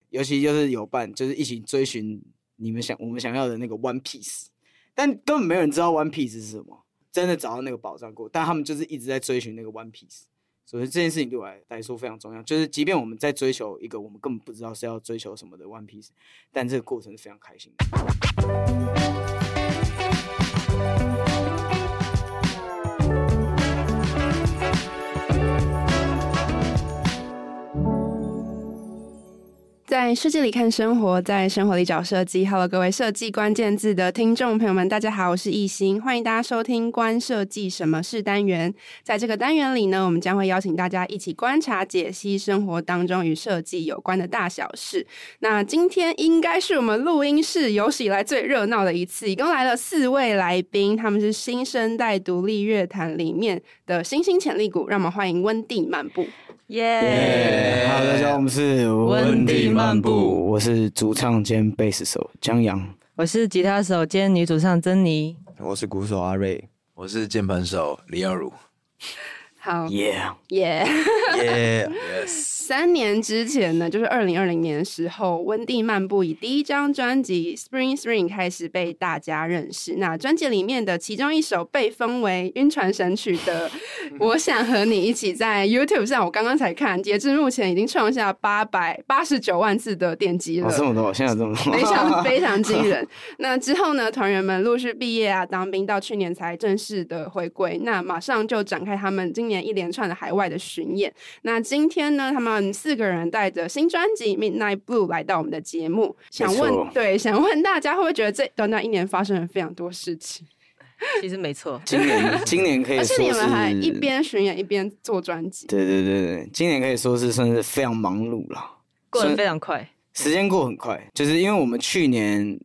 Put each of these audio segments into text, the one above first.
尤其就是有伴，就是一起追寻我们想要的那个 One Piece， 但根本没有人知道 One Piece 是什么，真的找到那个宝藏过，但他们就是一直在追寻那个 One Piece， 所以这件事情对我来说非常重要。就是即便我们在追求一个我们根本不知道是要追求什么的 One Piece， 但这个过程是非常开心的。 在设计里看生活，在生活里找设计。Hello， 各位设计关键字的听众朋友们，大家好，我是艺兴，欢迎大家收听关设计什么是单元。在这个单元里呢，我们将会邀请大家一起观察、解析生活当中与设计有关的大小事。那今天应该是我们录音室有史以来最热闹的一次，一共来了4位来宾，他们是新生代独立乐坛里面的新兴潜力股，让我们欢迎温蒂漫步。 耶！好，大家好，我们是温蒂漫步， 我是主唱兼贝斯手江阳， 我是吉他手兼女主唱珍妮， 我是鼓手阿瑞， 我是键盘手李耀儒。 好， 耶 3年之前呢，就是2020年的时候，温蒂漫步以第一张专辑 Spring 开始被大家认识。那专辑里面的其中一首被封为晕船神曲的我想和你一起，在 YouTube 上我刚刚才看，截至目前已经创下889万次的点击了， 这么多，现在有这么多， 非常惊人。那之后呢，团员们陆续毕业啊、当兵，到去年才正式的回归，那马上就展开他们今年一连串的海外的巡演。那今天呢，他们4个人带着新专辑 Midnight Blue 来到我们的节目，想问大家会不会觉得这短短1年发生了非常多事情？ 其实没错， 今年可以说是， 而且你们还一边巡演一边做专辑， 对，今年可以说是算是非常忙碌了， 过得非常快， 时间过很快，就是因为我们去年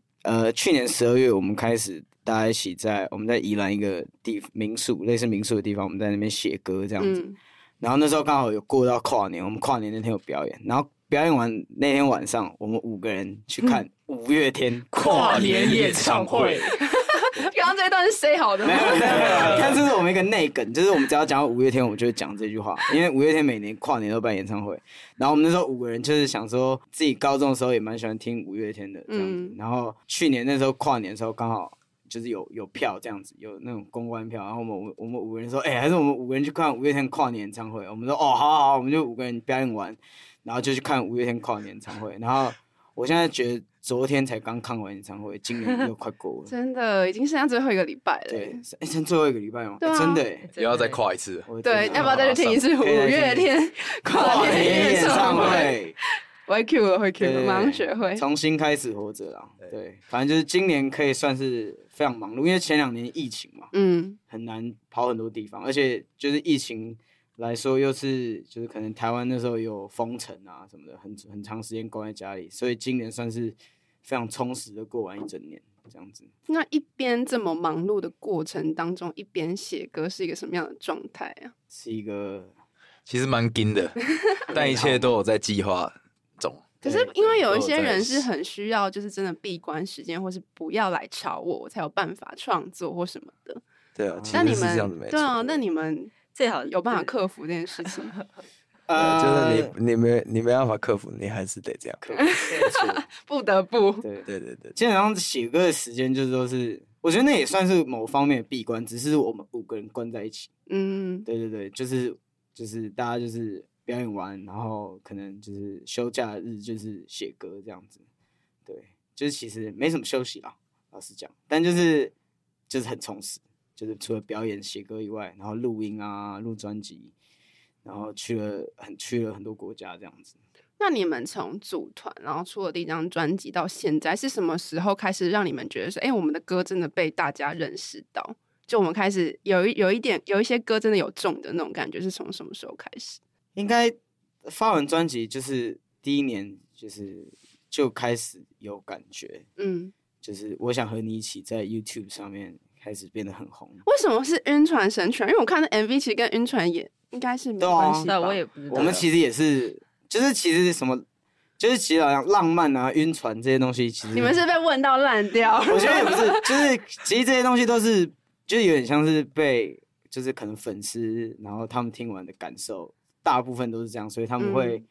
12月我们开始大家一起我们在宜兰一个民宿，类似民宿的地方，我们在那边写歌这样子。然后那时候刚好有过到跨年，我们跨年那天有表演，然后表演完那天晚上，我们5个人去看5月天跨年演唱会。 刚刚这一段是 say 好的吗？ 没有，看这是我们一个内梗，就是我们只要讲到5月天，我们就会讲这句话，因为5月天每年跨年都办演唱会。然后我们那时候5个人就是想说，自己高中的时候也蛮喜欢听5月天的这样子。然后去年那时候跨年的时候刚好就是有票这样子，有那种公关票，然后我们5个人说，还是我们5个人去看5月天跨年演唱会。我们说好，我们就5个人表演完，然后就去看5月天跨年演唱会。然后我现在觉得昨天才刚看完演唱会，今年又快过了， 真的已经剩下最后一个礼拜了。 对，剩最后一个礼拜吗？ 对啊， 真的也要再跨一次。 对，要不要再去听一次5月天跨年演唱会？我会 Q 了，马上学会， 重新开始活着啦。对，反正就是今年可以算是非常忙碌，因为前2年疫情嘛，很难跑很多地方，而且就是疫情来说，又是就是可能台湾那时候有封城啊什么的，很长时间关在家里，所以今年算是非常充实的过完一整年这样子。 那一边这么忙碌的过程当中，一边写歌是一个什么样的状态啊？ 是一个其实蛮紧的，但一切都有在计划中。 可是因为有一些人是很需要，就是真的闭关时间，或是不要来吵我才有办法创作或什么的。 对啊， 那你们其实是这样子没错。 对啊，那你们最好有办法克服这件事情？ 就是你没办法克服，你还是得这样克服。 不得不。 对， 基本上写歌的时间就是都是，我觉得那也算是某方面的闭关，只是我们5个人关在一起。对，就是大家就是表演完，然后可能就是休假日就是写歌这样子。对，就是其实没什么休息啦，老实讲，但就是很充实，就是除了表演写歌以外，然后录音啊，录专辑。然后去了很多国家这样子。 那你们从组团，然后出了第一张专辑到现在，是什么时候开始让你们觉得说，我们的歌真的被大家认识到？就我们开始有一些歌真的有中的那种感觉，是从什么时候开始？ 应该发完专辑就是第1年，就开始有感觉，就是我想和你一起在 YouTube 上面开始变得很红。 为什么是晕船神曲？因为我看的 MV 其实跟晕船也应该是没关系吧。 我也不知道。 我们其实也是，就是其实什么，就是其实好像浪漫啊、晕船这些东西，其实你们是被问到烂掉。 我觉得也不是，就是其实这些东西都是，就是有点像是被，就是可能粉丝，然后他们听完的感受，大部分都是这样，所以他们会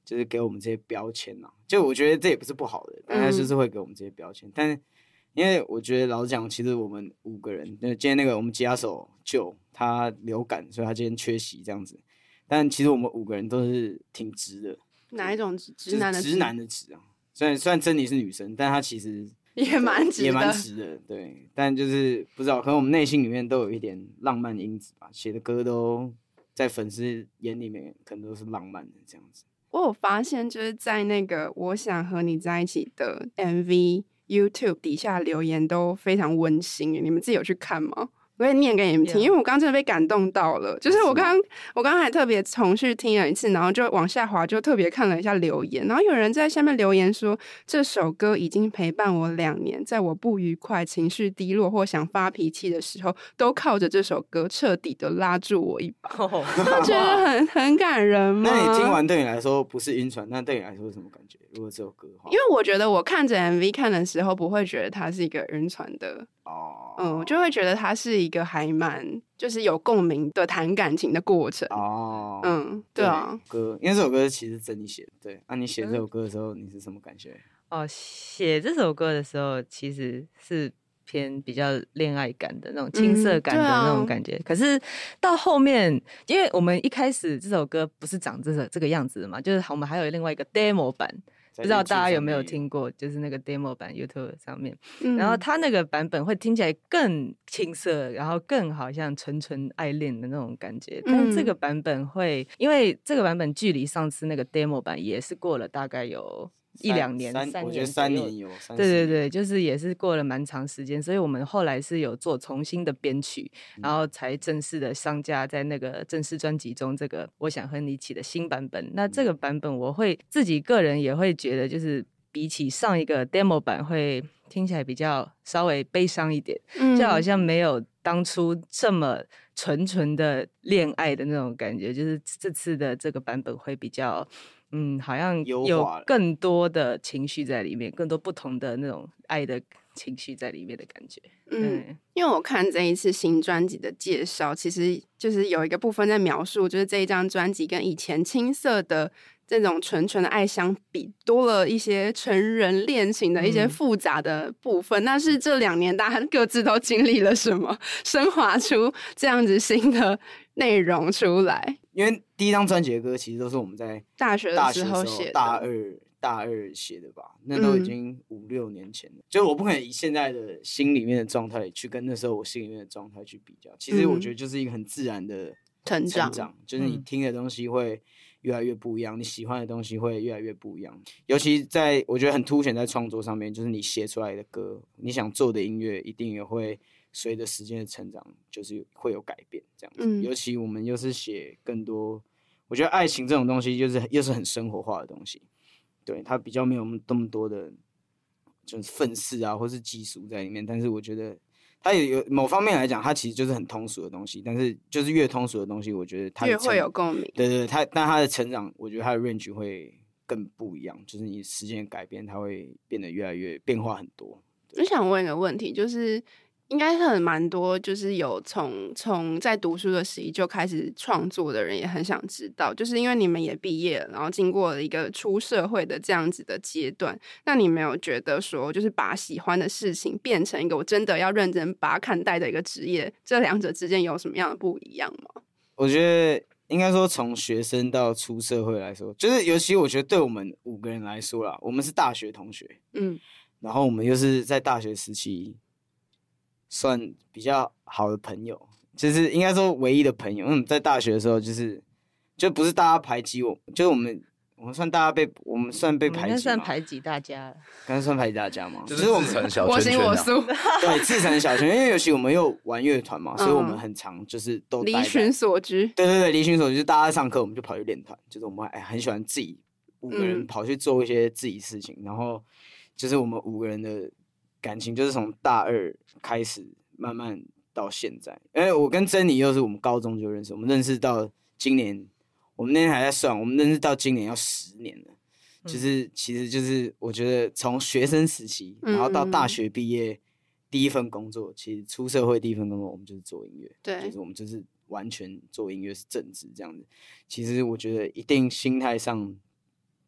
就是给我们这些标签啊。就我觉得这也不是不好的，但他就是会给我们这些标签。但因为我觉得老实讲，其实我们5个人，今天那个我们吉他手就他流感，所以他今天缺席这样子。但其实我们5个人都是挺直的。 哪一种直男的直男的直啊？虽然珍妮是女生，但她其实也蛮直的，对。但就是不知道，可能我们内心里面都有一点浪漫因子吧，写的歌都在粉丝眼里面可能都是浪漫的这样子。 我有发现，就是在那个我想和你在一起的 MV。YouTube 底下留言都非常温馨，你们自己有去看吗？我可以念给你们听，因为我刚刚真的被感动到了。就是我刚刚还特别重去听了一次，然后就往下滑，就特别看了一下留言。然后有人在下面留言说，这首歌已经陪伴我2年，在我不愉快、情绪低落或想发脾气的时候，都靠着这首歌彻底的拉住我一把。觉得很感人吗？ 那你听完对你来说不是晕船，那对你来说是什么感觉？如果这首歌的话， 因为我觉得我看着 MV 看的时候，不会觉得它是一个晕船的。我就会觉得它是一个还蛮就是有共鸣的谈感情的过程。对啊， 歌，因为这首歌其实是珍妮写的。对，你写这首歌的时候，你是什么感觉？ 写这首歌的时候，其实是偏比较恋爱感的那种青涩感的那种感觉。可是到后面，因为我们一开始这首歌不是长这个样子的嘛，就是我们还有另外一个 demo 版。不知道大家有没有听过，就是那个 demo 版 YouTube 上面，然后他那个版本会听起来更青涩，然后更好像纯纯爱恋的那种感觉。但这个版本会，因为这个版本距离上次那个 demo 版也是过了大概有1-2年，3年， 我觉得3年有。 对，就是也是过了蛮长时间，所以我们后来是有做重新的编曲，然后才正式的上架在那个正式专辑中。这个我想和你一起的新版本，那这个版本我会自己个人也会觉得，就是比起上一个 demo 版会听起来比较稍微悲伤一点，就好像没有当初这么纯的恋爱的那种感觉，就是这次的这个版本会比较。好像有更多的情绪在里面，更多不同的那种爱的情绪在里面的感觉。 因为我看这一次新专辑的介绍，其实就是有一个部分在描述，就是这一张专辑跟以前青涩的这种纯的爱相比，多了一些成人恋情的一些复杂的部分。那是这2年大家各自都经历了什么，升华出这样子新的内容出来？ 因为第一张专辑的歌其实都是我们在大学的时候写的， 大二写的吧，那都已经5-6年前了。就我不可能以现在的心里面的状态去跟那时候我心里面的状态去比较。其实我觉得就是一个很自然的成长，就是你听的东西会越来越不一样，你喜欢的东西会越来越不一样。尤其在我觉得很凸显在创作上面，就是你写出来的歌，你想做的音乐，一定也会随着时间的成长，就是会有改变这样子。尤其我们又是写更多，我觉得爱情这种东西，就是又是很生活化的东西，对，它比较没有那么多的，就是愤世啊，或是激俗在里面。但是我觉得它有某方面来讲，它其实就是很通俗的东西。但是就是越通俗的东西，我觉得它越会有共鸣。 对，但它的成长，我觉得它的 range 会更不一样。就是你时间改变，它会变得越来越变化很多。 我想问一个问题，就是应该是蛮多，就是有从在读书的时期就开始创作的人，也很想知道，就是因为你们也毕业了，然后经过了一个出社会的这样子的阶段，那你没有觉得说，就是把喜欢的事情变成一个我真的要认真把它看待的一个职业，这两者之间有什么样的不一样吗？ 我觉得应该说，从学生到出社会来说，就是尤其我觉得对我们5个人来说啦，我们是大学同学，然后我们又是在大学时期算比较好的朋友，就是应该说唯一的朋友。在大学的时候，就不是大家排挤我，就是我们算我们算被排挤吗？ 算排挤大家了， 刚才算排挤大家吗？ 就是我们成小圈圈、 我行我素， 对，自成小圈。因为尤其我们又玩乐团嘛，所以我们很常就是都离群所居。 对，离群所居，就是大家上课我们就跑去练团，就是我们很喜欢自己5个人跑去做一些自己事情，然后就是我们5个人的感情就是从大2开始慢慢到现在。因为我跟珍妮又是我们高中就认识，我们认识到今年，我们那天还在算，我们认识到今年要10年了。就是其实就是我觉得从学生时期，然后到大学毕业第一份工作，其实出社会第一份工作我们就是做音乐， 对， 就是我们就是完全做音乐是正职这样子。其实我觉得一定心态上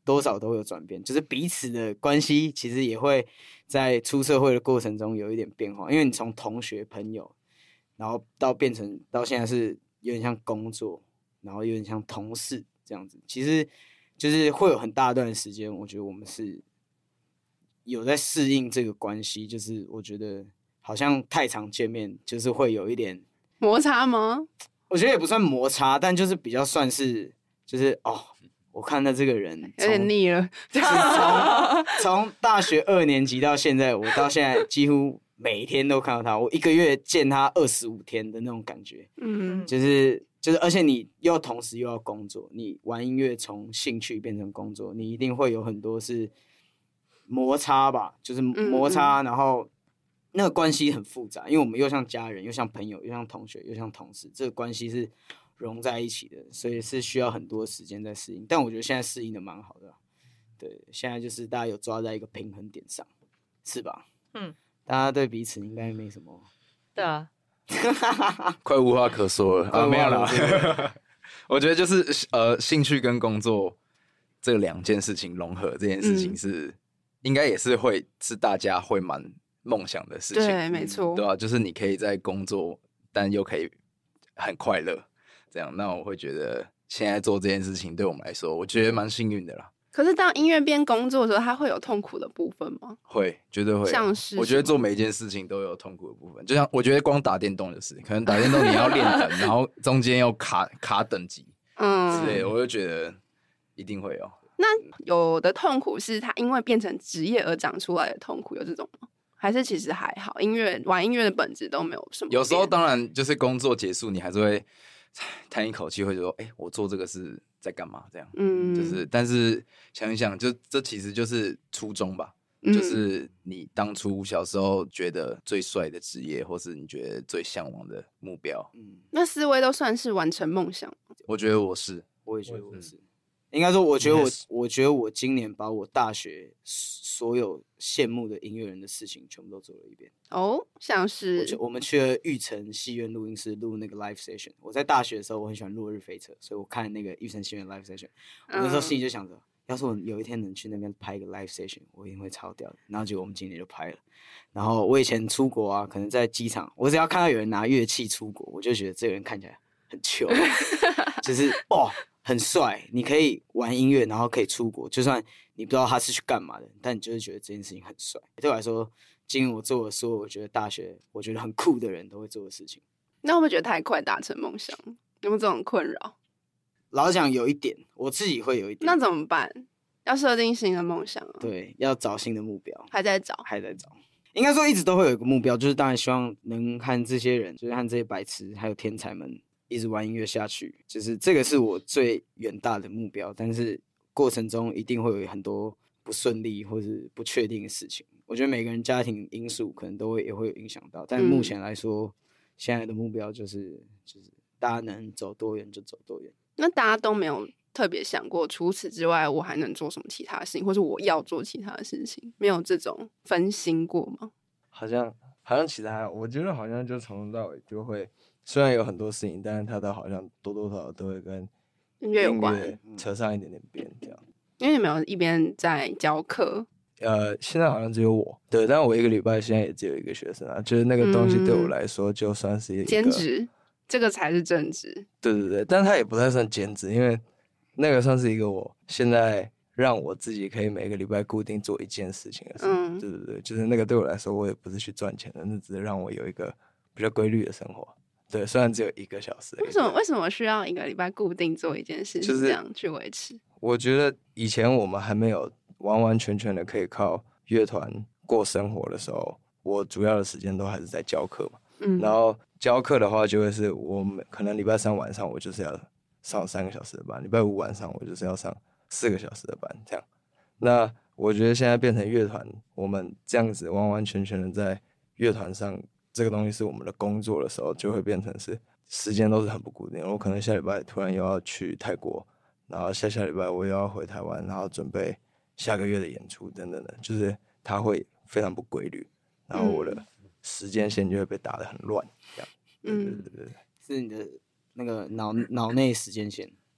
多少都会有转变，就是彼此的关系其实也会在出社会的过程中有一点变化，因为你从同学朋友，然后变成到现在是有点像工作，然后有点像同事这样子，其实就是会有很大段的时间，我觉得我们是有在适应这个关系，就是我觉得好像太常见面，就是会有一点摩擦吗？ 我觉得也不算摩擦，但就是比较算是就是我看到这个人有点腻了， 从大学2年级到现在，我到现在几乎每天都看到他，我1个月见他25天的那种感觉，就是而且你又同时又要工作，你玩音乐从兴趣变成工作，你一定会有很多是摩擦吧，就是摩擦，然后那个关系很复杂，因为我们又像家人，又像朋友，又像同学，又像同事，这个关系是融在一起的，所以是需要很多时间在适应。但我觉得现在适应的蛮好的，对，现在就是大家有抓在一个平衡点上，是吧？大家对彼此应该没什么。 对啊， 快无话可说了啊，没有啦。我觉得就是兴趣跟工作这2件事情融合，这件事情是、应该也是大家会蛮梦想的事情， 对，没错， 对啊，就是你可以在工作，但又可以很快乐，这样。那我会觉得现在做这件事情对我们来说，我觉得蛮幸运的啦。 可是当音乐边工作的时候，它会有痛苦的部分吗？ 会，绝对会。 像是我觉得做每一件事情都有痛苦的部分，就像我觉得光打电动就是，可能打电动你要练等，然后中间又卡等级，之类的，我就觉得一定会有。 那有的痛苦是它因为变成职业而长出来的痛苦，有这种吗？还是其实还好，玩音乐的本质都没有什么变。 有时候当然就是工作结束，你还是会叹一口气，会说：“我做这个是在干嘛？”这样，但是想一想，就这其实就是初衷吧，就是你当初小时候觉得最帅的职业，或是你觉得最向往的目标。 那思维都算是完成梦想。 我觉得我是， 我也觉得我是。应该说，我觉得我今年把我大学所有羡慕的音乐人的事情全部都做了一遍。 像是我们去了玉成戏院录音室录那个 live session。我在大学的时候，我很喜欢落日飞车，所以我看那个玉成戏院 live session，我那时候心里就想着，要是我有一天能去那边拍一个 live session， 我一定会超屌的。然后结果我们今年就拍了。然后我以前出国啊，可能在机场，我只要看到有人拿乐器出国，我就觉得这个人看起来很糗，就是很帅，你可以玩音乐，然后可以出国，就算你不知道他是去干嘛的，但你就是觉得这件事情很帅。对我来说，今年我做的所有我觉得大学我觉得很酷的人都会做的事情。 那会不会觉得太快达成梦想？有没有这种困扰？ 老实讲有一点，我自己会有一点。 那怎么办？要设定新的梦想啊。 对，要找新的目标。 还在找。 应该说一直都会有一个目标，就是当然希望能和这些人，就是和这些白痴还有天才们一直玩音乐下去，就是这个是我最远大的目标。但是过程中一定会有很多不顺利或是不确定的事情。我觉得每个人家庭因素可能也会有影响到，但目前来说，现在的目标就是大家能走多远就走多远。 那大家都没有特别想过，除此之外我还能做什么其他事情，或是我要做其他的事情，没有这种分心过吗？ 好像其实还好，我觉得好像就从头到尾就会，虽然有很多事情，但是它都好像多多少少都会跟音乐有关， 扯上一点点边这样。 因为你们有一边在教课， 现在好像只有我，对，但我1个礼拜现在也只有1个学生啊，就是那个东西对我来说就算是一个兼职，这个才是正职。 对，但它也不太算兼职，因为那个算是一个我现在让我自己可以每个礼拜固定做一件事情的事。对，就是那个对我来说，我也不是去赚钱的，那只是让我有一个比较规律的生活。对，虽然只有1个小时。 为什么需要1个礼拜固定做一件事，就是这样去维持？ 我觉得以前我们还没有完完全全的可以靠乐团过生活的时候，我主要的时间都还是在教课嘛。然后教课的话，就会是我可能礼拜3晚上我就是要上3个小时的班，礼拜5晚上我就是要上4个小时的班，这样。那我觉得现在变成乐团，我们这样子完完全全的在乐团上，这个东西是我们的工作的时候，就会变成是时间都是很不固定。我可能下礼拜突然又要去泰国，然后下礼拜我又要回台湾，然后准备下个月的演出等等的，就是它会非常不规律，然后我的时间线就会被打得很乱，这样。对， 是你的那个脑内时间线。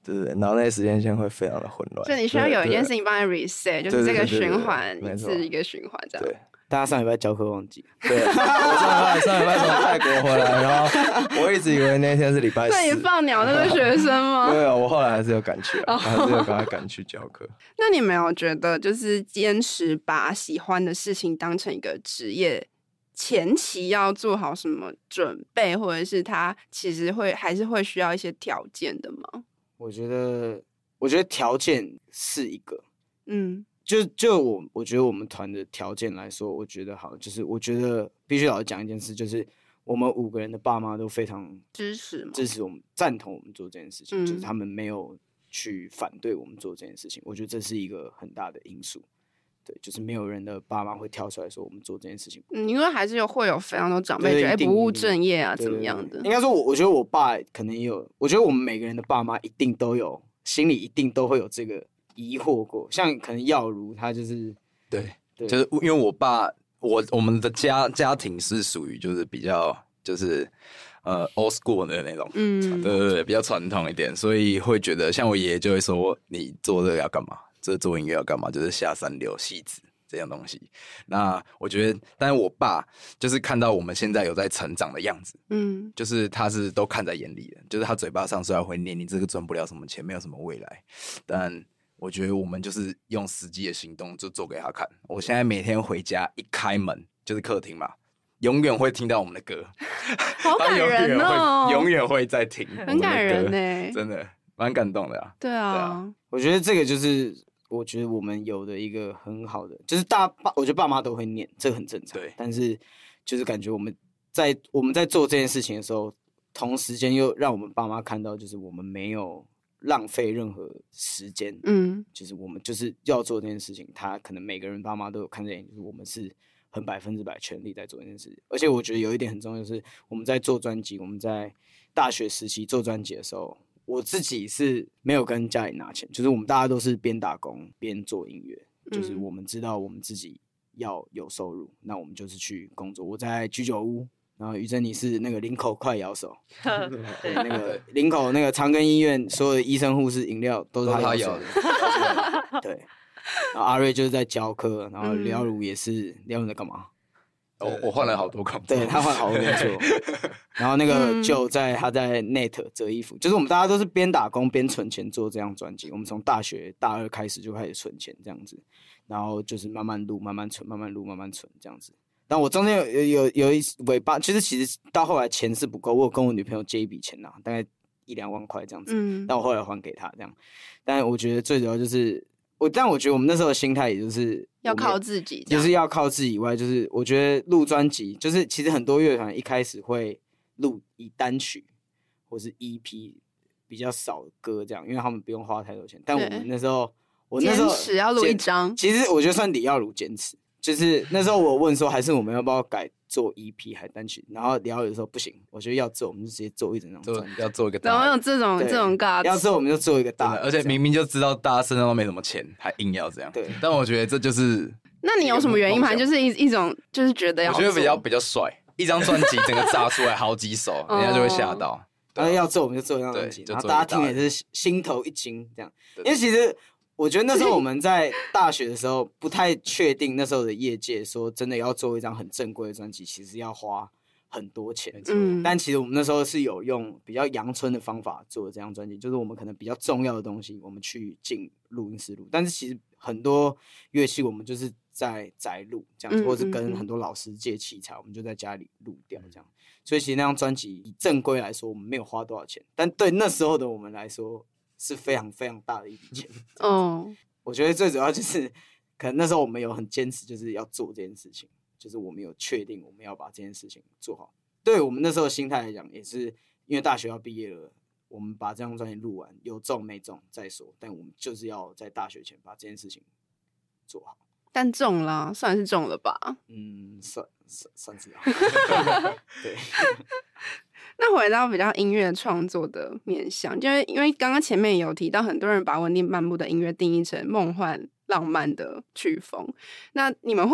对，脑内时间线会非常的混乱。 就你需要有一件事情帮你 reset，就是这个循环一次一个循环这样。 对， 大家上礼拜教课忘记。 对，我上礼拜从泰国回来，然后我一直以为那天是礼拜4。 那你放鸟那个学生吗？ 对啊，我后来还是有赶去，还是有赶快赶去教课。 那你没有觉得就是坚持把喜欢的事情当成一个职业，前期要做好什么准备，或者是他其实还是会需要一些条件的吗？ 我觉得条件是一个，我觉得我们团的条件来说，我觉得好，就是我觉得必须老实讲一件事，就是我们5个人的爸妈都非常支持我们，赞同我们做这件事情，就是他们没有去反对我们做这件事情，我觉得这是一个很大的因素。对，就是没有人的爸妈会跳出来说我们做这件事情。 因为还是会有非常多长辈觉得不务正业啊，怎么样的？ 应该说我觉得我爸可能也有，我觉得我们每个人的爸妈一定都有，心里一定都会有这个疑惑过。像可能耀如他就是对，就是因为我爸，我们的家庭是属于就是比较就是old school 的那种，对，比较传统一点，所以会觉得像我爷爷就会说你做这个要干嘛？这做音乐要干嘛？就是下三流戏子这样东西。那我觉得，但是我爸就是看到我们现在有在成长的样子，就是他是都看在眼里的，就是他嘴巴上虽然会念你这个赚不了什么钱，没有什么未来，但我觉得我们就是用实际的行动就做给他看。我现在每天回家一开门就是客厅嘛，永远会听到我们的歌， 好感人哦， 永远会在听， 很感人欸， 真的蛮感动的啊。 对啊， 我觉得这个就是我觉得我们有的一个很好的，就是我觉得爸妈都会念，这个很正常。对，但是就是感觉我们在做这件事情的时候，同时间又让我们爸妈看到，就是我们没有浪费任何时间，就是我们就是要做这件事情，他可能每个人爸妈都有看见，就是我们是很100%全力在做这件事。而且我觉得有一点很重要，就是我们在做专辑，我们在大学时期做专辑的时候，我自己是没有跟家里拿钱，就是我们大家都是边打工边做音乐，就是我们知道我们自己要有收入，那我们就是去工作。我在居酒屋，然后于珍你是那个林口快摇手，对，那个林口那个长庚医院所有的医生护士饮料都是他摇的，对。然后阿瑞就是在教课，然后廖如也是，廖如在干嘛？ 我换了好多工作， 对他换好多工作，然后那个他在 Net 折衣服，就是我们大家都是边打工边存钱做这样专辑。我们从大学大2开始就开始存钱这样子，然后就是慢慢录、慢慢存、慢慢录、慢慢存这样子。但我中间有一尾巴，其实到后来钱是不够，我有跟我女朋友借一笔钱拿，大概1-2万块这样子，但我后来还给她这样。但我觉得最主要就是但我觉得我们那时候的心态也就是要靠自己， 就是要靠自己以外，就是我觉得录专辑，就是其实很多乐团一开始会录以单曲或是 EP 比较少的歌这样，因为他们不用花太多钱。但我们那时候， 坚持要录一张， 其实我觉得算李耀如坚持，就是那时候我问说，还是我们要不要改做 EP 还单曲？然后李耀如说不行，我觉得要做，我们就直接做一整张专辑， 要做一个大， 然后有这种尬， 要做我们就做一个大的， 而且明明就知道大家身上都没什么钱，还硬要这样。对，但我觉得这就是。 那你有什么原因吗？就是一种就是觉得要做， 我觉得比较帅，一张专辑整个炸出来好几首，人家就会吓到。 然后要做我们就做一张专辑，然后大家听也是心头一惊这样。因为其实我觉得那时候我们在大学的时候不太确定，那时候的业界说真的要做一张很正规的专辑，其实要花很多钱。但其实我们那时候是有用比较阳春的方法做这张专辑，就是我们可能比较重要的东西我们去进录音室录，但是其实很多乐器我们就是在宅录这样子，或者是跟很多老师借器材，我们就在家里录掉这样。所以其实那张专辑以正规来说，我们没有花多少钱，但对那时候的我们来说是非常非常大的一笔钱。我觉得最主要就是可能那时候我们有很坚持，就是要做这件事情，就是我们有确定我们要把这件事情做好。对我们那时候的心态来讲，也是因为大学要毕业了，我们把这张专辑录完，有中没中再说，但我们就是要在大学前把这件事情做好。 但中了，算是中了吧？ 算是啊。对。 那回到比较音乐创作的面向，因为刚刚前面有提到，很多人把稳定漫步的音乐定义成梦幻浪漫的曲风。那你们会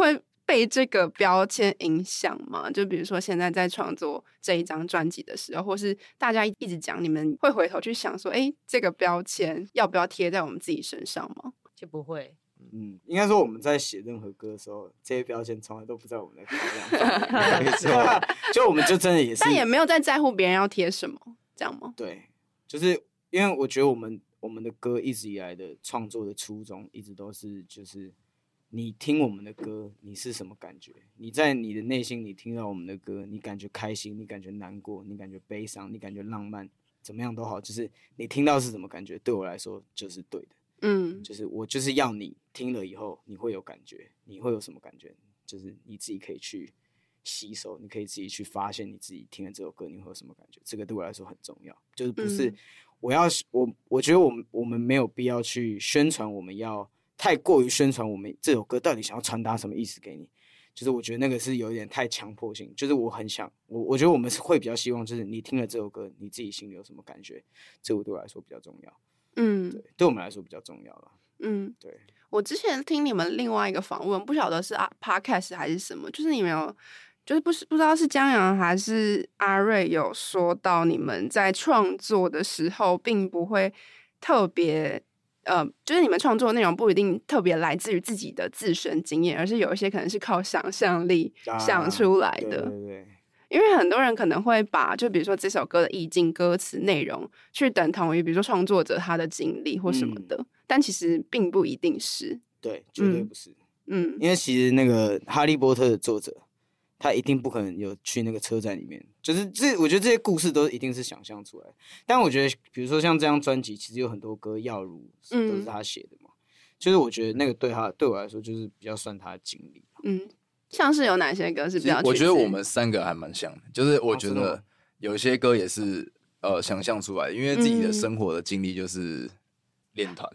被这个标签影响吗？就比如说现在在创作这一张专辑的时候，或是大家一直讲，你们会回头去想说，这个标签要不要贴在我们自己身上吗？ 就不会。 应该说我们在写任何歌的时候，这些标签从来都不在我们的考量。没错，就我们就真的也是， 但也没有在乎别人要贴什么，这样吗？ 对，就是因为我觉得我们的歌一直以来的创作的初衷，一直都是就是你听我们的歌，你是什么感觉？你在你的内心，你听到我们的歌，你感觉开心，你感觉难过，你感觉悲伤，你感觉浪漫，怎么样都好，就是你听到是什么感觉，对我来说就是对的。就是我就是要你听了以后你会有感觉，你会有什么感觉？就是你自己可以去吸收，你可以自己去发现你自己听了这首歌你会有什么感觉，这个对我来说很重要。就是不是我觉得我们没有必要去宣传，我们要太过于宣传我们这首歌到底想要传达什么意思给你。就是我觉得那个是有点太强迫性，就是我很想我觉得我们会比较希望就是你听了这首歌你自己心里有什么感觉，这个对我来说比较重要。对我们来说比较重要了。对。 我之前听你们另外一个访问，不晓得是podcast 还是什么，就是你们有，就是不知道是江阳还是阿瑞有说到，你们在创作的时候并不会特别，就是你们创作的内容不一定特别来自于自己的自身经验，而是有一些可能是靠想象力想出来的。 对。 因为很多人可能会把就比如说这首歌的意境、歌词内容去等同于比如说创作者他的经历或什么的，但其实并不一定是。 对，绝对不是。因为其实那个哈利波特的作者他一定不可能有去那个车站里面，就是我觉得这些故事都一定是想象出来的。但我觉得比如说像这张专辑其实有很多歌耀如都是他写的嘛，就是我觉得那个对我来说就是比较算他的经历。 像是有哪些歌是比较？ 我觉得我们三个还蛮像的，就是我觉得有些歌也是想象出来的，因为自己的生活的经历就是练团，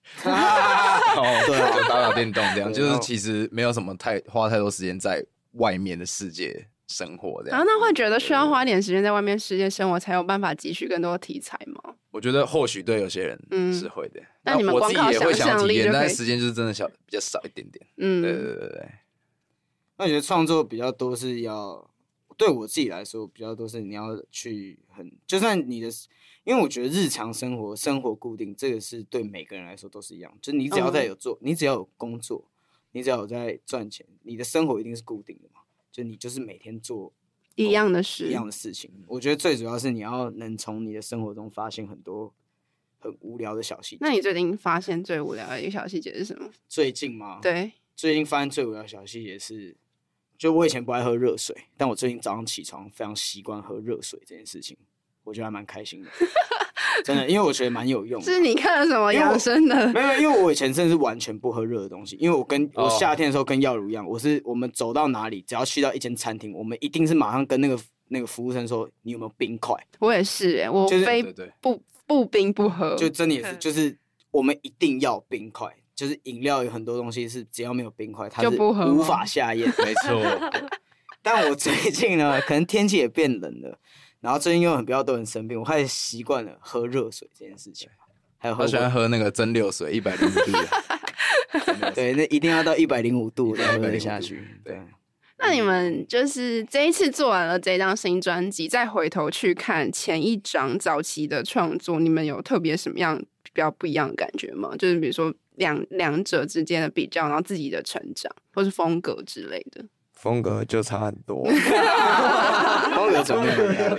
对，就打电动这样，就是其实没有什么花太多时间在外面的世界生活这样。 那会觉得需要花点时间在外面世界生活，才有办法汲取更多题材吗？ 我觉得或许对有些人是会的， 但你们光靠想象力就可以， 但时间就是真的比较少一点点。对。 那我觉得创作比较多是要对我自己来说比较多是你要去就算你的，因为我觉得日常生活固定这个是对每个人来说都是一样，就是你只要你只要有工作，你只要有在赚钱，你的生活一定是固定的嘛，就你就是每天做一样的事情。我觉得最主要是你要能从你的生活中发现很多很无聊的小细节。 那你最近发现最无聊的一个小细节是什么？ 最近吗？ 对， 最近发现最无聊的小细节是，就我以前不爱喝热水，但我最近早上起床非常习惯喝热水这件事情，我觉得还蛮开心的。真的，因为我觉得蛮有用的。 是你看了什么养生的？ 没有，因为我以前真的是完全不喝热的东西，因为我夏天的时候跟耀如一样，我们走到哪里，只要去到一间餐厅，我们一定是马上跟那个服务生说你有没有冰块。 我也是，我非不冰不喝， 就真的也是，就是我们一定要冰块。就是饮料有很多东西是只要没有冰块，它是无法下咽。 没错。 但我最近呢，可能天气也变冷了，然后最近又比较多人生病，我开始习惯了喝热水这件事情。还有我喜欢喝那个蒸馏水，105度的。 对，那一定要到105度才喝得下去。对。 那你们就是这一次做完了这张新专辑，再回头去看前一张早期的创作，你们有特别什么样比较不一样的感觉吗？就是比如说两者之间的比较，然后自己的成长或是风格之类的。 风格就差很多。 风格怎么样？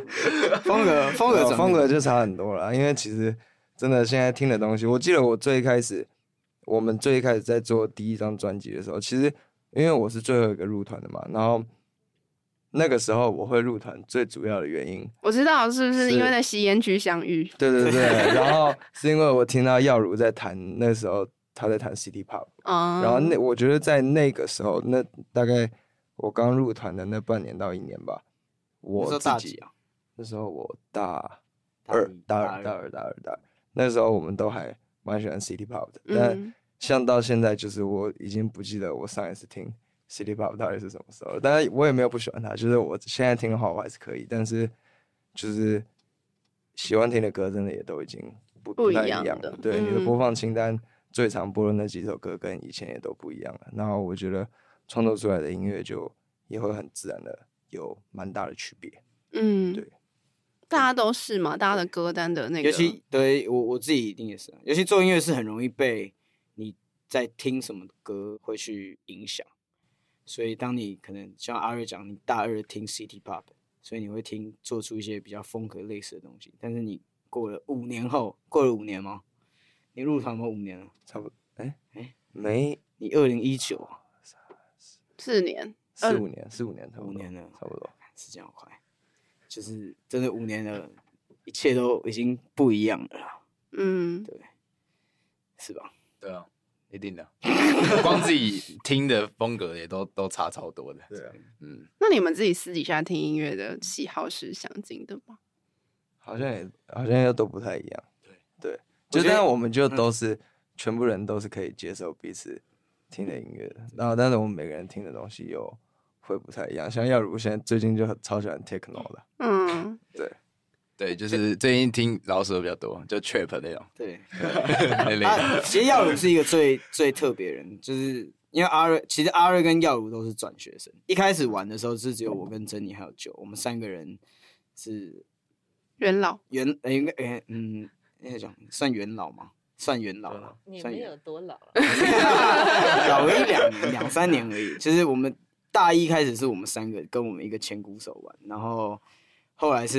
风格就差很多了，因为其实真的现在听的东西，我记得我们最一开始在做第一张专辑的时候，其实因为我是最后一个入团的嘛，然后那个时候我会入团最主要的原因，我知道是不是因为在吸烟区相遇？ 对，然后是因为我听到耀如在弹，那时候他在弹 City Pop，然后我觉得在那个时候，那大概我刚入团的那半年到1年吧，我自己那时候我大二，那时候我们都还蛮喜欢 City Pop 的，但像到现在，就是我已经不记得我上一次听 City Pop 到底是什么时候了。但是我也没有不喜欢它，就是我现在听的话，我还是可以。但是就是喜欢听的歌，真的也都已经不太一样了。对，你的播放清单最常播的那几首歌，跟以前也都不一样了。然后我觉得创作出来的音乐就也会很自然的有蛮大的区别。对， 大家都是嘛，大家的歌单的那个， 尤其对我自己一定也是，尤其做音乐是很容易被你在听什么歌会去影响，所以当你可能像阿瑞讲，你大二听 City Pop， 所以你会做出一些比较风格类似的东西，但是你过了5年后，过了5年吗？你入团吗？5年了， 差不多。没， 你2019 4年 4、5年，差不多 5年了， 差不多。 时间好快，就是真的5年了，一切都已经不一样了啦。对，是吧？ 对啊，一定的。光自己听的风格也都差超多的。 对啊， 那你们自己私底下听音乐的喜好是相近的吗？ 好像也都不太一样。对，就但是我们就都是全部人都是可以接受彼此听的音乐的，然后但是我们每个人听的东西又会不太一样。像耀如现在最近就超喜欢 techno 的， 对，就是最近听饶舌比较多，就 trap 那种。 对， 那类的。 其实耀如是一个最特别的人，就是因为其实阿瑞跟耀如都是转学生。一开始玩的时候是只有我跟珍妮还有九，我们3个人是元老， 那讲算元老吗？算元老了， 你没有多老了， 老了2、3年而已。就是我们大一开始是我们3个跟我们一个前鼓手玩，然后后来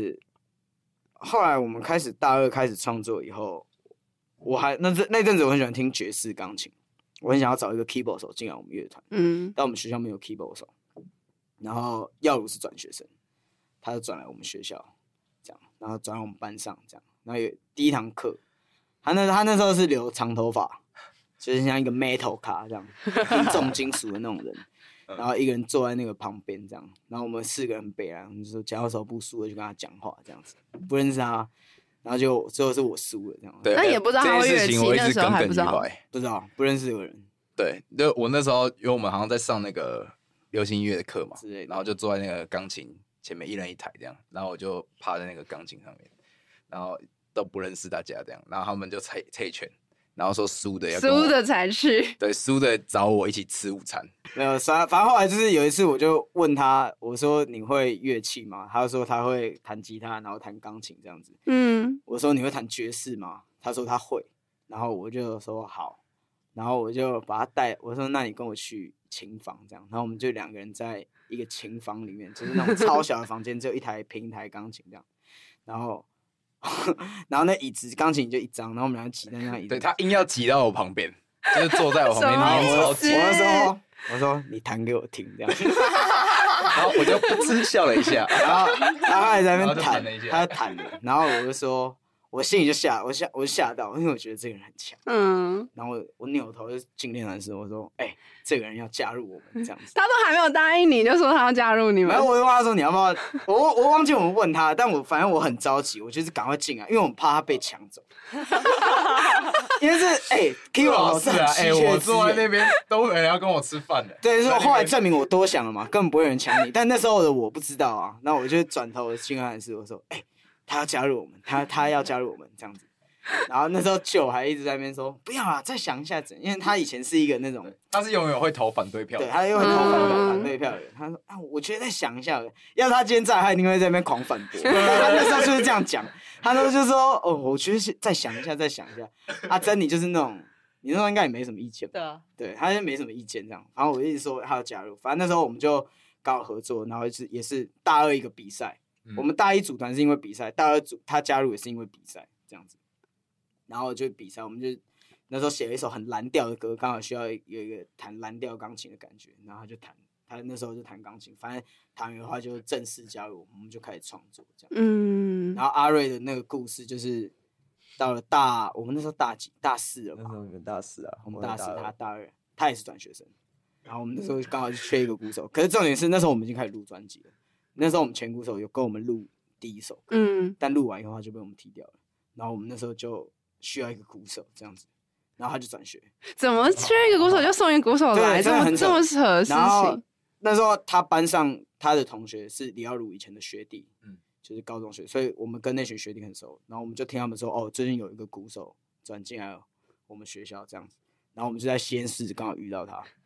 我们大2开始创作以后，那阵子我很喜欢听爵士钢琴，我很想要找一个 keyboard 手进来我们乐团，但我们学校没有 keyboard 手，然后耀如是转学生，他就转来我们学校，这样，然后转来我们班上这样，然后有第一堂课，他那时候是留长头发，就是像一个 metal 咖这样，很重金属的那种人。然后一个人坐在那个旁边这样，然后我们4个人北来，我们就说假如手不输了就跟他讲话这样子，不认识他，然后就最后是我输了这样。 对， 那也不知道他会乐器，那时候还不知道， 不认识这个人。 对，就我那时候，因为我们好像在上那个流行音乐的课嘛， 之类的， 然后就坐在那个钢琴前面，一人一台这样，然后我就趴在那个钢琴上面，然后都不认识大家这样，然后他们就猜拳。然后说输的才去， 对，输的找我一起吃午餐。 没有，反正后来就是有一次，我就问他，我说你会乐器吗？他就说他会弹吉他，然后弹钢琴这样子。我说你会弹爵士吗？他说他会，然后我就说好，然后我就把他带，我说那你跟我去琴房这样，然后我们就2个人在一个琴房里面，就是那种超小的房间，只有一台平台钢琴这样，然后那椅子钢琴就一张，然后我们2个挤在那椅子， 对，他硬要挤到我旁边，就是坐在我旁边，然后我说你弹给我听这样， 然后我就不嗤笑了一下， 然后他还在那边弹，他就弹了，然后我就说，我心里就我就吓到，因为我觉得这个人很强，然后我扭头就进练团室，我说，这个人要加入我们这样子， 他都还没有答应你，就说他要加入你们。 然后我就问他说你要不要？我忘记我们问他，但反正我很着急，我就是赶快进来，因为我怕他被抢走。因为是keyboard 是很稀缺的资源， 我坐在那边都没人要跟我吃饭的。 对，所以后来证明我多想了嘛，根本不会有人抢你。但那时候的我不知道啊，那我就转头进练团室，我说他要加入我们，他要加入我们这样子。然后那时候九还一直在那边说不要啦，再想一下子，因为他以前是一个那种， 他是永远会投反对票的， 对，他永远投反对票的人。他说我觉得再想一下，要他今天在，他一定会在那边狂反驳。他那时候就是这样讲，他那时候就说我觉得再想一下。阿珍你就是那种，你那时候应该也没什么意见吧？ 对啊， 对，他就没什么意见这样。然后我一直说他要加入，反正那时候我们就刚好合作，然后也是大2一个比赛。我们大1组团是因为比赛，大2组他加入也是因为比赛这样子。然后就比赛，我们就那时候写了一首很蓝调的歌，刚好需要有一个弹蓝调钢琴的感觉，然后他就弹，他那时候就弹钢琴，反正弹完的话就正式加入，我们就开始创作这样。然后阿瑞的那个故事就是到了我们那时候大几？大4了吧？ 那时候你们大4啊， 我们大4，他大2，他也是转学生。然后我们那时候刚好就缺一个鼓手，可是重点是那时候我们已经开始录专辑了，那时候我们前鼓手有跟我们录第1首歌，但录完以后他就被我们踢掉了，然后我们那时候就需要一个鼓手这样子，然后他就转学。 怎么缺一个鼓手就送一个鼓手来？这么扯的事情。 那时候他班上他的同学是李耀儒以前的学弟，就是高中学，所以我们跟那群学弟很熟。然后我们就听他们说，最近有一个鼓手转进来我们学校这样子。然后我们就在实验室刚好遇到他，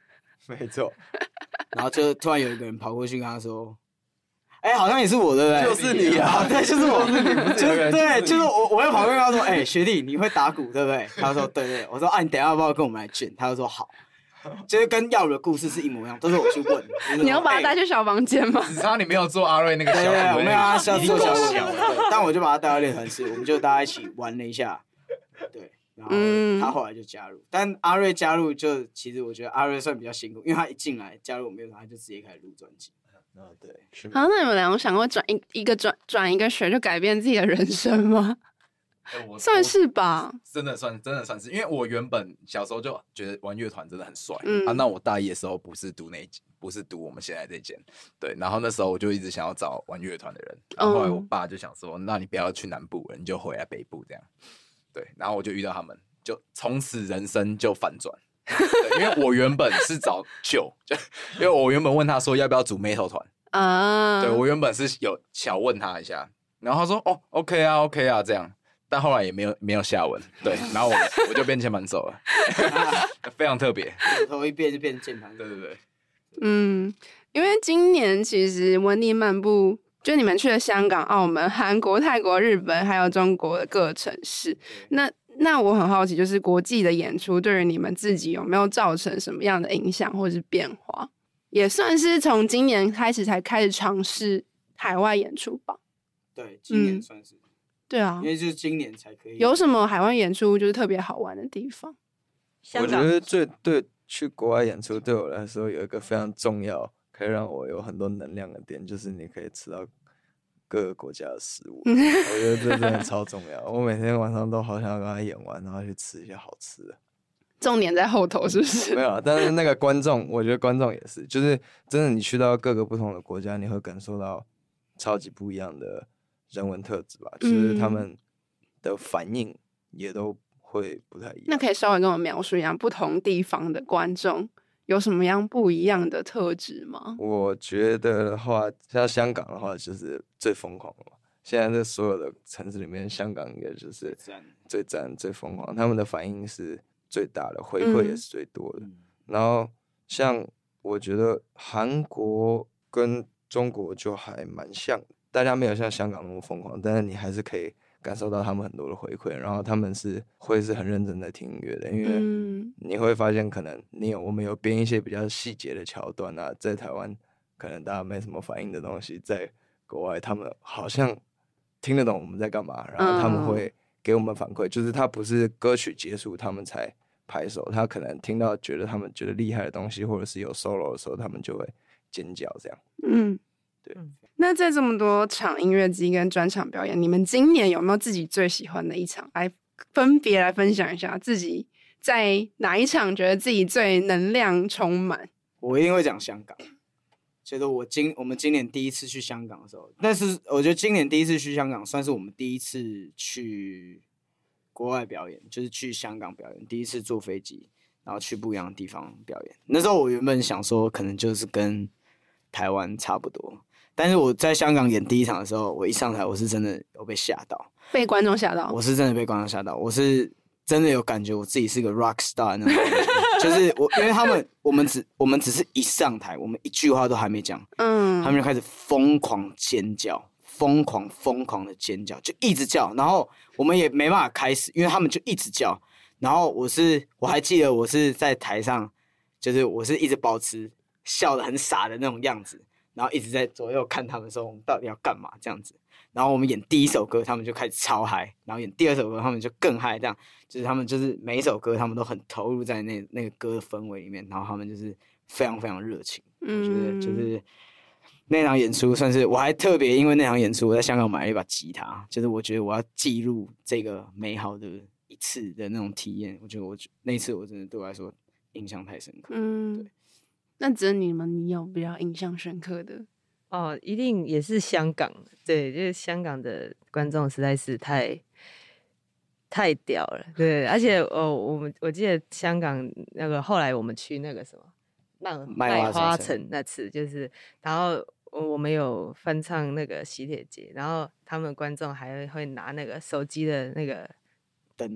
没错。 然后就突然有一个人跑过去跟他说：“好像也是我，对不对？” 就是你啊， 对，就是我， 就是对，就是我在旁边跟他说：“学弟，你会打鼓对不对？”他说：“对对。”我说：“你等一下要不要跟我们来卷？”他就说：“好。”就是跟耀的故事是一模一样，都是我去问。 你要把他带去小房间吗？ 只差你没有做阿瑞那个小， 对，我没有让他做小鼓，但我就把他带到练团室，我们就大家一起玩了一下，对。然后他后来就加入，但阿瑞加入就其实我觉得阿瑞算比较辛苦，因为他一进来加入我们乐团，他就直接开始录专辑。 对。 好，那你们两个想过转一个学就改变自己的人生吗？算是吧， 真的算是，因为我原本小时候就觉得玩乐团真的很帅，那我大一的时候不是读我们现在这间，对，然后那时候我就一直想要找玩乐团的人，然后后来我爸就想说，那你不要去南部了，你就回来北部这样，对，然后我就遇到他们，就从此人生就反转，因为我原本是找就因为我原本问他说要不要组 metal 团啊，对，我原本是有小问他一下，然后他说哦 OK 啊这样。但后来也没有下文，对，然后我就变键盘手了，非常特别， 头一变就变键盘， 对对对， 因为今年其实温妮漫步，就你们去了香港、澳门、韩国、泰国、日本，还有中国的各城市，那我很好奇，就是国际的演出对于你们自己有没有造成什么样的影响或是变化？也算是从今年开始才开始尝试海外演出吧。 对，今年算是。 对啊， 因为就是今年才可以。 有什么海外演出就是特别好玩的地方？ 我觉得去国外演出对我来说有一个非常重要，可以让我有很多能量的点，就是你可以吃到各个国家的食物。我觉得这真的超重要。我每天晚上都好想要跟他演完，然后去吃一些好吃的。 重点在后头是不是？ 没有，但是那个观众，我觉得观众也是，就是真的，你去到各个不同的国家，你会感受到超级不一样的人文特质吧，就是他们的反应也都会不太一样。 那可以稍微跟我描述一下不同地方的观众有什么样不一样的特质吗？ 我觉得的话，像香港的话，就是最疯狂的嘛。现在在所有的城市里面，香港应该就是最赞、最疯狂，他们的反应是最大的，回馈也是最多的。然后像我觉得韩国跟中国就还蛮像的。大家没有像香港那么疯狂，但是你还是可以感受到他们很多的回馈，然后他们会是很认真的听音乐的，因为你会发现可能我们有编一些比较细节的桥段啊，在台湾可能大家没什么反应的东西，在国外他们好像听得懂我们在干嘛，然后他们会给我们反馈，就是他不是歌曲结束他们才拍手，他可能听到他们觉得厉害的东西，或者是有 solo 的时候，他们就会尖叫这样。对。 那在这么多场音乐季跟专场表演，你们今年有没有自己最喜欢的一场？分别来分享一下自己在哪一场觉得自己最能量充满？ 我一定会讲香港，觉得我们今年第一次去香港的时候，但是我觉得今年第一次去香港算是我们第一次去国外表演，就是去香港表演，第一次坐飞机，然后去不一样的地方表演。那时候我原本想说，可能就是跟台湾差不多。但是我在香港演第一场的时候，我一上台，我是真的有被吓到， 被观众吓到。 我是真的被观众吓到，我是真的有感觉我自己是个 rock star 那种感觉，就是因为我们只是一上台，我们一句话都还没讲，他们就开始疯狂尖叫，疯狂的尖叫，就一直叫，然后我们也没办法开始，因为他们就一直叫，然后我还记得我是在台上，就是我是一直保持笑得很傻的那种样子。然后一直在左右看他们说我们到底要干嘛这样子，然后我们演第一首歌，他们就开始超嗨，然后演第二首歌，他们就更嗨，这样就是他们就是每一首歌他们都很投入在那个歌的氛围里面，然后他们就是非常非常热情。我觉得就是那场演出算是我还特别因为那场演出我在香港买了一把吉他，就是我觉得我要记录这个美好的一次的那种体验。我觉得那一次我真的对我来说印象太深刻。对。 那只有你有比较印象深刻的？ 哦，一定也是香港，对，就是香港的观众实在是太屌了，对，而且我记得香港那个后来我们去那个什么麦花城那次，就是然后我们有翻唱那个喜帖街，然后他们观众还会拿那个手机的那个灯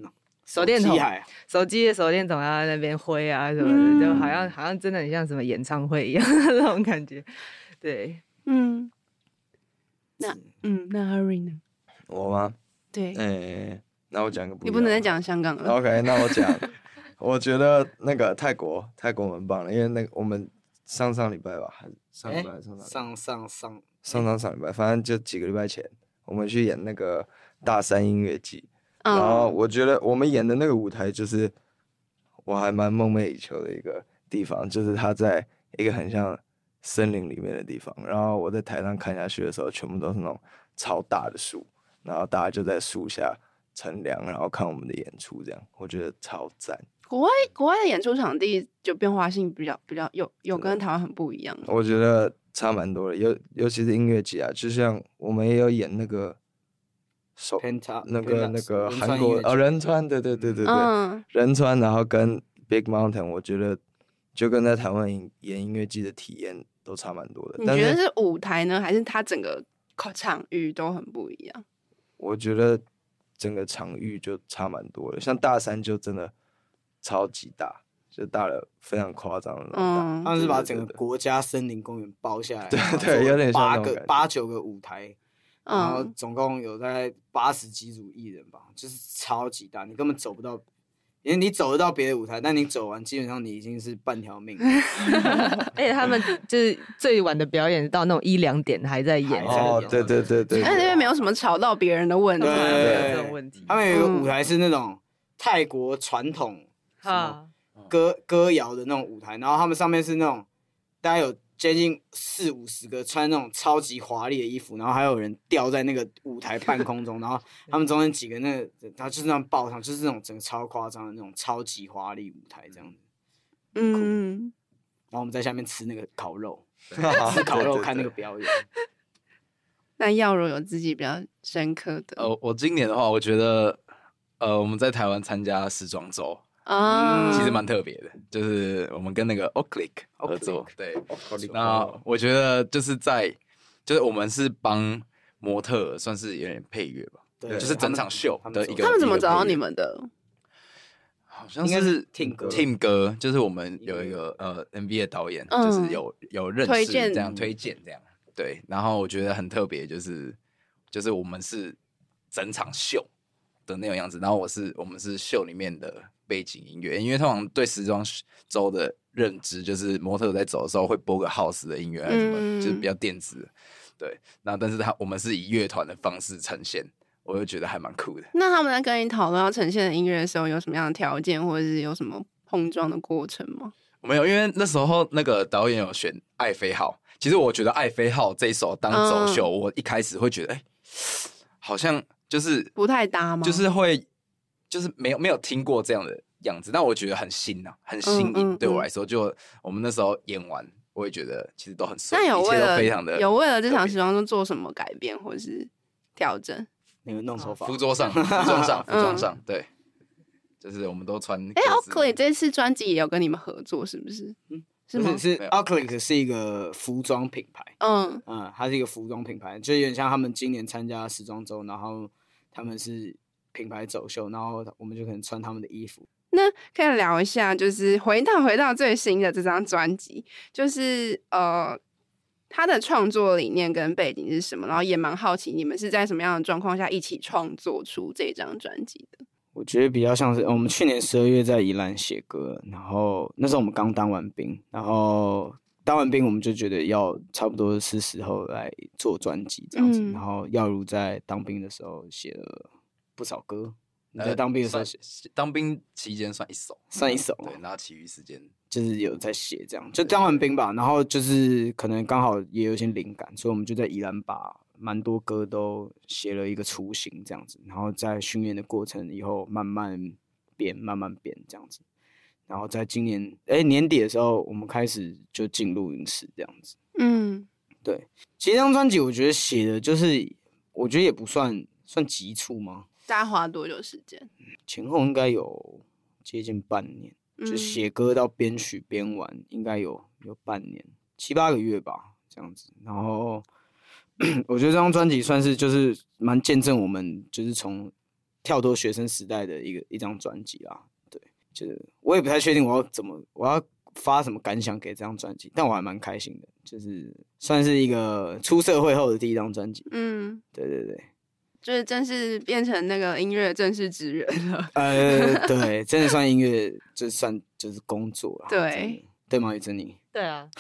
手电筒，手机的手电筒要在那边挥啊什么的，就好像真的很像什么演唱会一样那种感觉。对， 那 Harry 呢？ 我吗？ 对， 那我讲个不一样的， 你不能再讲香港了。 OK， 那我讲，我觉得那个泰国蛮棒的，因为那个我们上礼拜吧，上礼拜，反正就几个礼拜前，我们去演那个大山音乐季，然后我觉得我们演的那个舞台就是我还蛮梦寐以求的一个地方，就是它在一个很像森林里面的地方，然后我在台上看下去的时候，全部都是那种超大的树，然后大家就在树下乘凉，然后看我们的演出，这样我觉得超赞。 国外的演出场地就变化性比较有跟台湾很不一样。 我觉得差蛮多的，尤其是音乐季啊，就像我们也有演那个那个韩国仁川，对，仁川，然后跟 Big Mountain， 我觉得就跟在台湾演音乐季的体验都差蛮多的。 你觉得是舞台呢，还是它整个场域都很不一样？ 我觉得整个场域就差蛮多的，像大山就真的超级大，就大了非常夸张的那种大。 他们是把整个国家森林公园包下来， 对，有点像 8、9个舞台，然后总共有大概80几组艺人吧，就是超级大，你根本走不到。因为你走得到别的舞台，但你走完，基本上你已经是半条命。 而且他们就是最晚的表演到那种1、2点还在演。 对。 而且因为没有什么吵到别人的问题， 没有这种问题。 他们有一个舞台是那种泰国传统歌谣的那种舞台，然后他们上面是那种大概有接近40、50个穿那种超级华丽的衣服，然后还有人吊在那个舞台半空中，然后他们中间几个那个，然后就是那样抱上，就是那种整个超夸张的那种超级华丽舞台这样子。然后我们在下面吃那个烤肉，吃烤肉看那个表演。 那耀柔有自己比较深刻的？ 我今年的话，我觉得我们在台湾参加时装周。其实蛮特别的，就是我们跟那个 Oclick 合作，对。那我觉得就是我们是帮模特算是有点配乐吧，对，就是整场秀的一个。 他们怎么找到你们的？ 好像是 Team 哥，就是我们有一个MV 的导演，就是有认识这样推荐这样，对。然后我觉得很特别，就是我们是整场秀的那种样子，然后我们是秀里面的背景音乐，因为通常对时装周的认知就是模特在走的时候会播个 house 的音乐还是什么，就是比较电子的，对。那但是我们是以乐团的方式呈现，我就觉得还蛮酷的。 那他们在跟你讨论要呈现的音乐的时候，有什么样的条件，或者是有什么碰撞的过程吗？ 没有，因为那时候那个导演有选爱妃号，其实我觉得爱妃号这一首当走秀，我一开始会觉得好像就是不太搭吗？ 就是没有听过这样的样子，但我觉得很新啊，很新颖。对我来说，就我们那时候演完，我也觉得其实都很顺，一切都非常的有为了这场时装周做什么改变或是调整？ 那个弄头发， 服装上，对，就是我们都穿。 Oclick 这次专辑也有跟你们合作，是不是？是吗？ 是 Oclick 是一个服装品牌，它是一个服装品牌，就有点像他们今年参加时装周，然后他们是品牌走秀，然后我们就可能穿他们的衣服。 那可以聊一下，就是回到最新的这张专辑，就是他的创作理念跟背景是什么？然后也蛮好奇你们是在什么样的状况下一起创作出这张专辑的？ 我觉得比较像是我们去年12月在宜兰写歌，然后那时候我们刚当完兵，然后当完兵我们就觉得差不多是时候来做专辑这样子，然后耀如在当兵的时候写了不少歌。你在当兵的时候当兵期间算一首，对，然后其余时间就是有在写这样，就当完兵吧，然后就是可能刚好也有一些灵感，所以我们就在宜兰把蛮多歌都写了一个雏形这样子，然后在训练的过程以后慢慢变这样子，然后在今年年底的时候，我们开始就进录音室这样子。对，其实这张专辑我觉得写的就是，我觉得也不算急促吗？ 大概花多久时间？ 前后应该有接近半年，就写歌到编曲编完应该有半年，7、8个月吧这样子。然后我觉得这张专辑算是就是蛮见证我们就是从跳脱学生时代的一张专辑啦。对，就是我也不太确定我要发什么感想给这张专辑，但我还蛮开心的，就是算是一个出社会后的第一张专辑。对对对， 就是正式变成那个音乐正式职人了。 对，真的算音乐，就算就是工作啦。对吗，雨珍妮？ 对啊。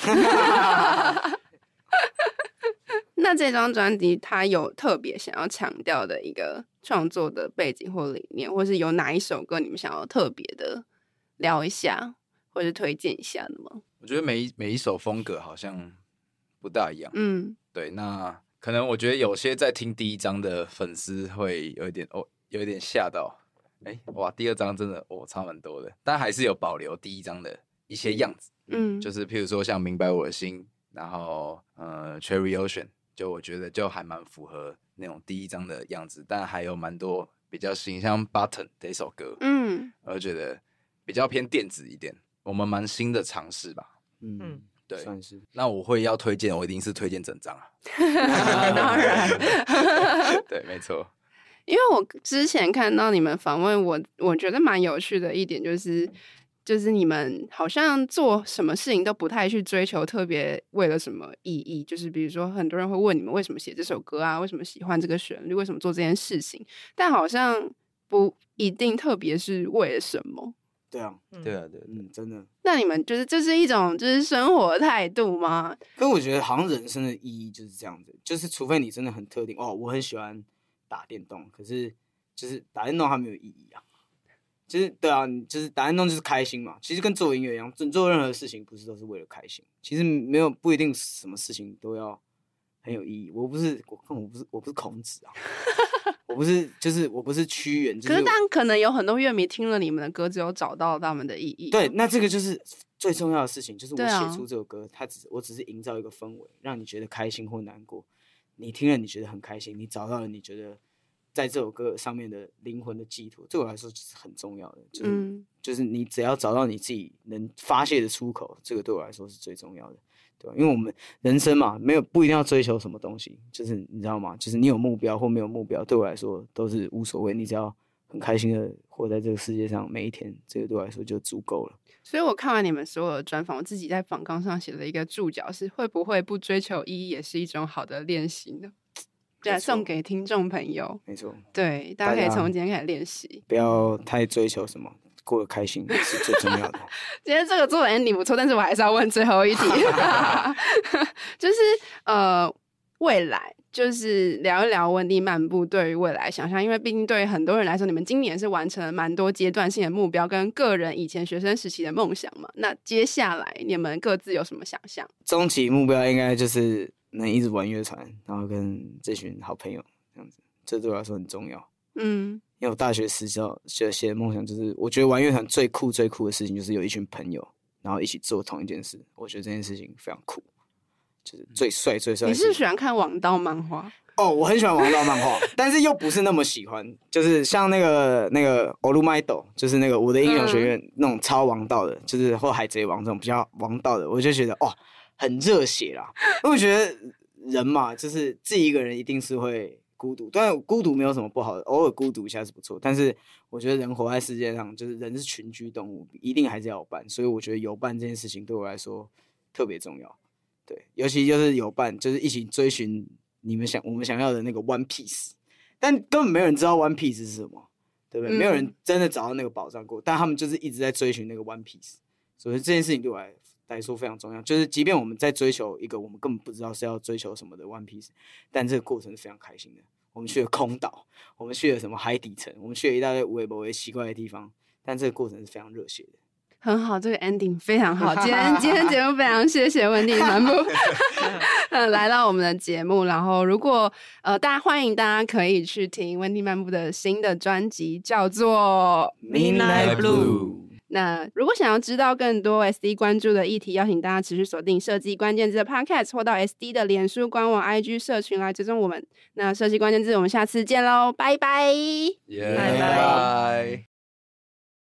那这张专辑它有特别想要强调的一个创作的背景或理念，或是有哪一首歌你们想要特别的聊一下，或是推荐一下的吗？ 我觉得每一首风格好像不大一样。对，那可能我觉得有些在听第一张的粉丝会有一点吓到，哇，第二张真的差蛮多的，但还是有保留第一张的一些样子。就是譬如说像明白我的心，然后Cherry Ocean， 就我觉得就还蛮符合那种第一张的样子，但还有蛮多比较新，像 Button 这首歌，我就觉得比较偏电子一点，我们蛮新的尝试吧。对， 算是。 那我推荐，我一定是推荐整张啊。 当然， 对，没错。 因为我之前看到你们访问我觉得蛮有趣的一点就是你们好像做什么事情都不太去追求特别为了什么意义，就是比如说很多人会问你们为什么写这首歌啊，为什么喜欢这个旋律，为什么做这件事情，但好像不一定特别是为了什么。 对啊， 对， 真的。 那你们就是这是一种就是生活态度吗？ 可我觉得好像人生的意义就是这样子，就是除非你真的很特定我很喜欢打电动，可是就是打电动它没有意义啊。就是对啊，就是打电动就是开心嘛。其实跟做音乐一样，做任何事情不是都是为了开心。其实不一定什么事情都要很有意义。我不是孔子啊，我不是屈原。 可是但可能有很多乐迷听了你们的歌，只有找到他们的意义。 对，那这个就是最重要的事情，就是我写出这首歌，我只是营造一个氛围，让你觉得开心或难过。你听了你觉得很开心，你找到了你觉得在这首歌上面的灵魂的寄托，对我来说就是很重要的。就是你只要找到你自己能发泄的出口，这个对我来说是最重要的，对吧？因为我们人生嘛，不一定要追求什么东西，就是你知道吗？就是你有目标或没有目标，对我来说都是无所谓。你只要很开心的活在这个世界上每一天，这个对我来说就足够了。 所以我看完你们所有的专访，我自己在访纲上写了一个注脚，是会不会不追求意义也是一种好的练习呢？对，送给听众朋友。 没错， 对，大家可以从今天开始练习， 不要太追求什么，过得开心是最重要的。 今天这个做的 ending 不错，但是我还是要问最后一题，就是未来，就是聊一聊温蒂漫步对于未来想象，因为毕竟对于很多人来说，你们今年是完成了蛮多阶段性的目标跟个人以前学生时期的梦想嘛。那接下来你们各自有什么想象？ 终极目标应该就是能一直玩乐团，然后跟这群好朋友这样子，这对我来说很重要。因为我大学时候写的梦想就是，我觉得玩乐团最酷的事情就是有一群朋友，然后一起做同一件事。我觉得这件事情非常酷，就是最帅。你是喜欢看王道漫画？ 我很喜欢王道漫画，但是又不是那么喜欢，就是像那个 Olumaido， 就是那个我的英雄学院那种超王道的，就是或海贼王这种比较王道的，我就觉得很热血啦。因为我觉得人嘛，就是自己一个人一定是会孤独，当然孤独没有什么不好的，偶尔孤独一下是不错。但是我觉得人活在世界上，就是人是群居动物，一定还是要有伴。所以我觉得有伴这件事情对我来说特别重要。对，尤其就是有伴，就是一起追寻我们想要的那个 One Piece， 但根本没有人知道 One Piece 是什么，对不对？没有人真的找到那个宝藏过，但他们就是一直在追寻那个 One Piece。所以这件事情对我来说非常重要，就是即便我们在追求一个我们根本不知道是要追求什么的 One Piece， 但这个过程是非常开心的。我们去了空岛，我们去了什么海底城，我们去了一大堆无微不微奇怪的地方，但这个过程是非常热血的。 很好，这个 ending 非常好。今天节目非常谢谢温蒂漫步来到我们的节目。然后如果欢迎大家可以去听温蒂漫步的新的专辑，叫做 Midnight Blue。 那如果想要知道更多 SD 关注的议题，邀请大家持续锁定设计关键字的 Podcast， 或到 SD 的脸书官网 IG 社群来追踪我们。那设计关键字，我们下次见喽，拜拜， 拜拜。